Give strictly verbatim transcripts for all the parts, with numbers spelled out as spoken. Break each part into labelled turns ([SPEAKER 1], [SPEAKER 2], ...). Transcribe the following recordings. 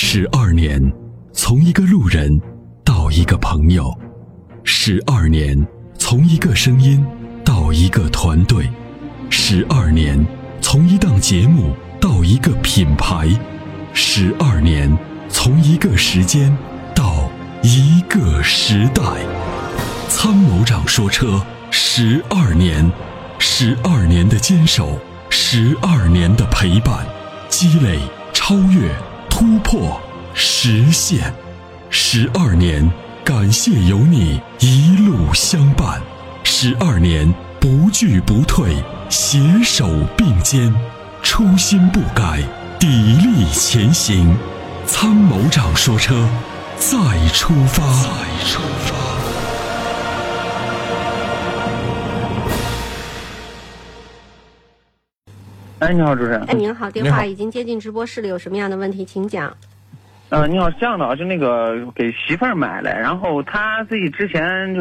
[SPEAKER 1] 十二年，从一个路人到一个朋友；十二年，从一个声音到一个团队；十二年，从一档节目到一个品牌；十二年，从一个时间到一个时代。参谋长说车，十二年，十二年的坚守，十二年的陪伴，积累、超越、突破、实现。十二年，感谢有你一路相伴。十二年，不惧不退，携手并肩，初心不改，砥砺前行。参谋长说车，再出发。再出发。
[SPEAKER 2] 哎，你好，主持人。
[SPEAKER 3] 哎，您好，电话已经接进直播室了，有什么样的问题请讲。
[SPEAKER 2] 呃，你好，是这样的啊，就那个给媳妇儿买来，然后她自己之前就是，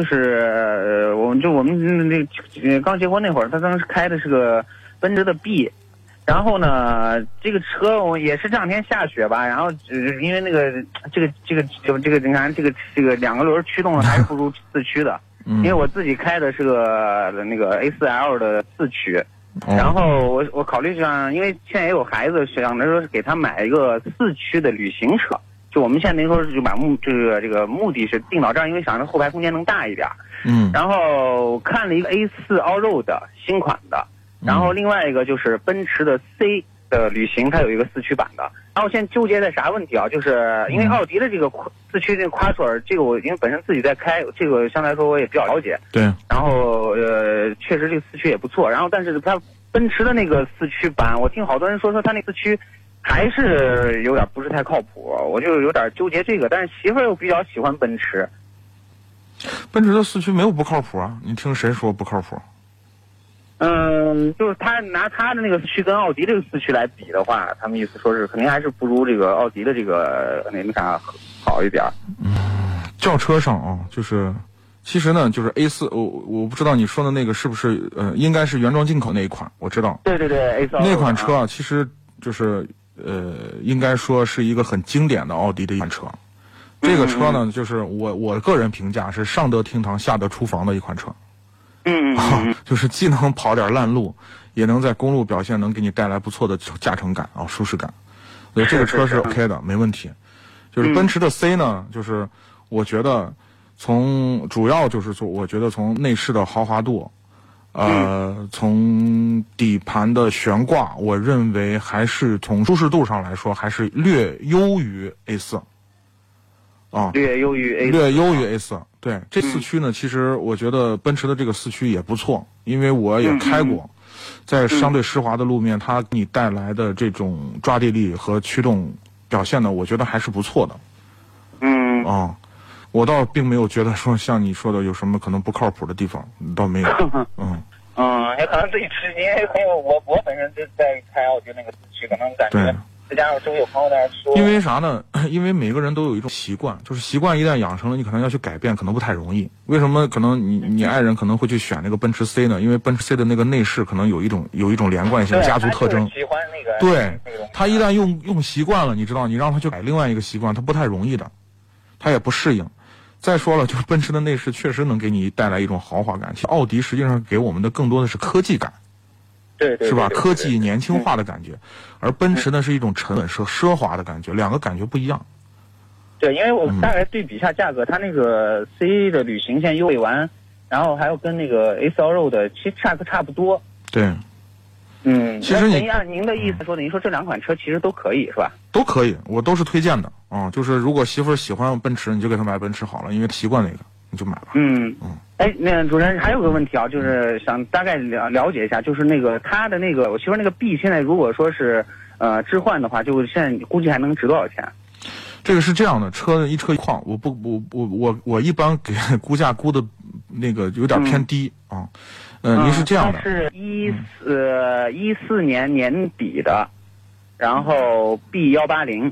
[SPEAKER 2] 呃、我们就我们那呃刚结婚那会儿，她当时开的是个奔驰的 B， 然后呢，这个车我也是这两天下雪吧，然后呃因为那个这个这个就这个你看这个这个两个轮驱动的还是不如四驱的，因为我自己开的是个那个 A 四 L 的四驱。然后我我考虑上，因为现在也有孩子，想着说是给他买一个四驱的旅行车。就我们现在那时候就把目这个这个目的是定到这儿，因为想着后排空间能大一点。嗯。然后看了一个 A 四 Allroad 的新款的，然后另外一个就是奔驰的 C 的旅行，它有一个四驱版的。然后我现在纠结在啥问题啊？就是因为奥迪的这个四驱这个夸索尔，这个我因为本身自己在开，这个相对来说我也比较了解。
[SPEAKER 4] 对。
[SPEAKER 2] 然后呃，确实这个四驱也不错。然后但是它奔驰的那个四驱版，我听好多人说说它那四驱还是有点不是太靠谱，我就有点纠结这个。但是媳妇儿又比较喜欢奔驰。
[SPEAKER 4] 奔驰的四驱没有不靠谱啊？你听谁说不靠谱？
[SPEAKER 2] 嗯，就是他拿他的那个四驱跟奥迪这个四驱来比的话，他们意思说是肯定还是不如这个奥迪的这个那那啥好一点。
[SPEAKER 4] 嗯，轿车上啊，就是其实呢，就是 A 四，我我不知道你说的那个是不是呃，应该是原装进口那一款，我知道。
[SPEAKER 2] 对对对 ，A 四
[SPEAKER 4] 那款车啊，其实就是呃，应该说是一个很经典的奥迪的一款车。这个车呢，就是我我个人评价是上得厅堂下得厨房的一款车。
[SPEAKER 2] 嗯，
[SPEAKER 4] 啊，就是既能跑点烂路，也能在公路表现能给你带来不错的驾乘感啊，舒适感。所以这个车是 OK 的，没问题。就是奔驰的 C 呢，就是我觉得从主要就是说，我觉得从内饰的豪华度，呃，从底盘的悬挂，我认为还是从舒适度上来说，还是略优于 A 四。啊，
[SPEAKER 2] 略优于 A 四，
[SPEAKER 4] 略优于 A 四。对，这四驱呢，其实我觉得奔驰的这个四驱也不错，因为我也开过，在相对湿滑的路面，它给你带来的这种抓地力和驱动表现呢，我觉得还是不错的。
[SPEAKER 2] 嗯。
[SPEAKER 4] 啊，我倒并没有觉得说像你说的有什么可能不靠谱的地方，倒没有。嗯。
[SPEAKER 2] 嗯，也可能自己吃，因为因为我我本身就在开奥迪那个四驱，可能感觉。再加上我周围有朋友在那说，
[SPEAKER 4] 因为啥呢？因为每个人都有一种习惯，就是习惯一旦养成了，你可能要去改变，可能不太容易。为什么可能你你爱人可能会去选那个奔驰 C 呢？因为奔驰 C 的那个内饰可能有一种有一种连贯性、家族特征。
[SPEAKER 2] 喜欢那个。
[SPEAKER 4] 对，他一旦用用习惯了，你知道，你让他去改另外一个习惯，他不太容易的，他也不适应。再说了，就是奔驰的内饰确实能给你带来一种豪华感，其实奥迪实际上给我们的更多的是科技感。
[SPEAKER 2] 对对，
[SPEAKER 4] 是吧？科技年轻化的感觉，而奔驰呢是一种沉稳奢奢华的感觉，两个感觉不一样。
[SPEAKER 2] 对，因为我大概对比一下价格，它那个 C 的旅行线优惠完，然后还有跟那个 A 四 Allroad 其实价格差不多。
[SPEAKER 4] 对，
[SPEAKER 2] 嗯，
[SPEAKER 4] 其实你
[SPEAKER 2] 按您的意思说的，您说这两款车其实都可以是吧？
[SPEAKER 4] 都可以，我都是推荐的啊、嗯。就是如果媳妇儿喜欢奔驰，你就给她买奔驰好了，因为习惯那个。你就买吧。
[SPEAKER 2] 嗯嗯，哎，那主持人还有个问题啊，就是想大概了了解一下，就是那个他的那个我媳妇那个 B 现在如果说是呃置换的话，就现在估计还能值多少钱？
[SPEAKER 4] 这个是这样的，车一车一况，我不我我我我一般给估价估的那个有点偏低、嗯、啊。呃，您是这样的，
[SPEAKER 2] 它是一四一四年年底的，然后 B 幺八零。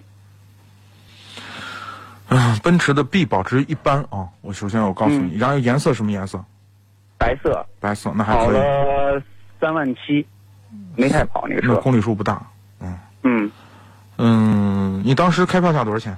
[SPEAKER 4] 嗯，奔驰的 B 保值一般啊。我首先我告诉你，嗯、然后颜色什么颜色？
[SPEAKER 2] 白色。
[SPEAKER 4] 白色，那还可以。
[SPEAKER 2] 跑了三万七，没太跑那个车。
[SPEAKER 4] 那公里数不大。嗯
[SPEAKER 2] 嗯
[SPEAKER 4] 嗯， 你当时开票价多少钱？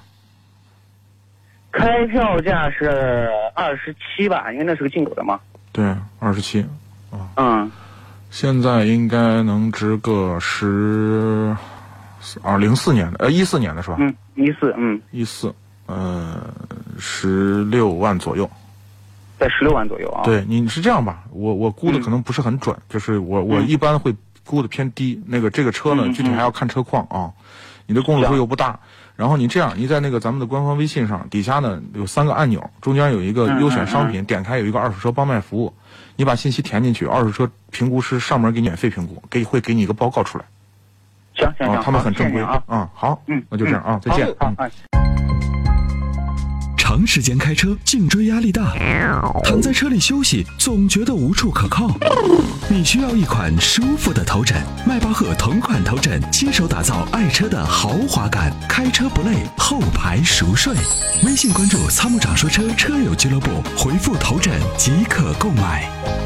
[SPEAKER 2] 开票价是二十七吧，因为那是个进口的嘛。
[SPEAKER 4] 对，二十七。啊。
[SPEAKER 2] 嗯。
[SPEAKER 4] 现在应该能值个十，啊，零四年的，呃，一四年的是吧？
[SPEAKER 2] 嗯，一四，嗯。
[SPEAKER 4] 一四，呃，十六万左右。
[SPEAKER 2] 在十六万左右啊。
[SPEAKER 4] 对，你是这样吧？我我估的可能不是很准，嗯、就是我我一般会估的偏低。那个这个车呢，
[SPEAKER 2] 嗯、
[SPEAKER 4] 具体还要看车况啊。你的公里数又不大，然后你这样，你在那个咱们的官方微信上底下呢有三个按钮，中间有一个优选商品，
[SPEAKER 2] 嗯嗯嗯
[SPEAKER 4] 点开有一个二手车帮卖服务，你把信息填进去，二手车评估师上门给你免费评估，给会给你一个报告出来。
[SPEAKER 2] 行行行，
[SPEAKER 4] 啊，他们很正规
[SPEAKER 2] 啊。
[SPEAKER 4] 嗯，好，
[SPEAKER 2] 嗯，
[SPEAKER 4] 那就这样啊，再见。
[SPEAKER 2] 好，嗯。
[SPEAKER 1] 长时间开车，颈椎压力大，躺在车里休息，总觉得无处可靠。你需要一款舒服的头枕，迈巴赫同款头枕，亲手打造爱车的豪华感，开车不累，后排熟睡。微信关注“参谋长说车”车友俱乐部，回复头枕即可购买。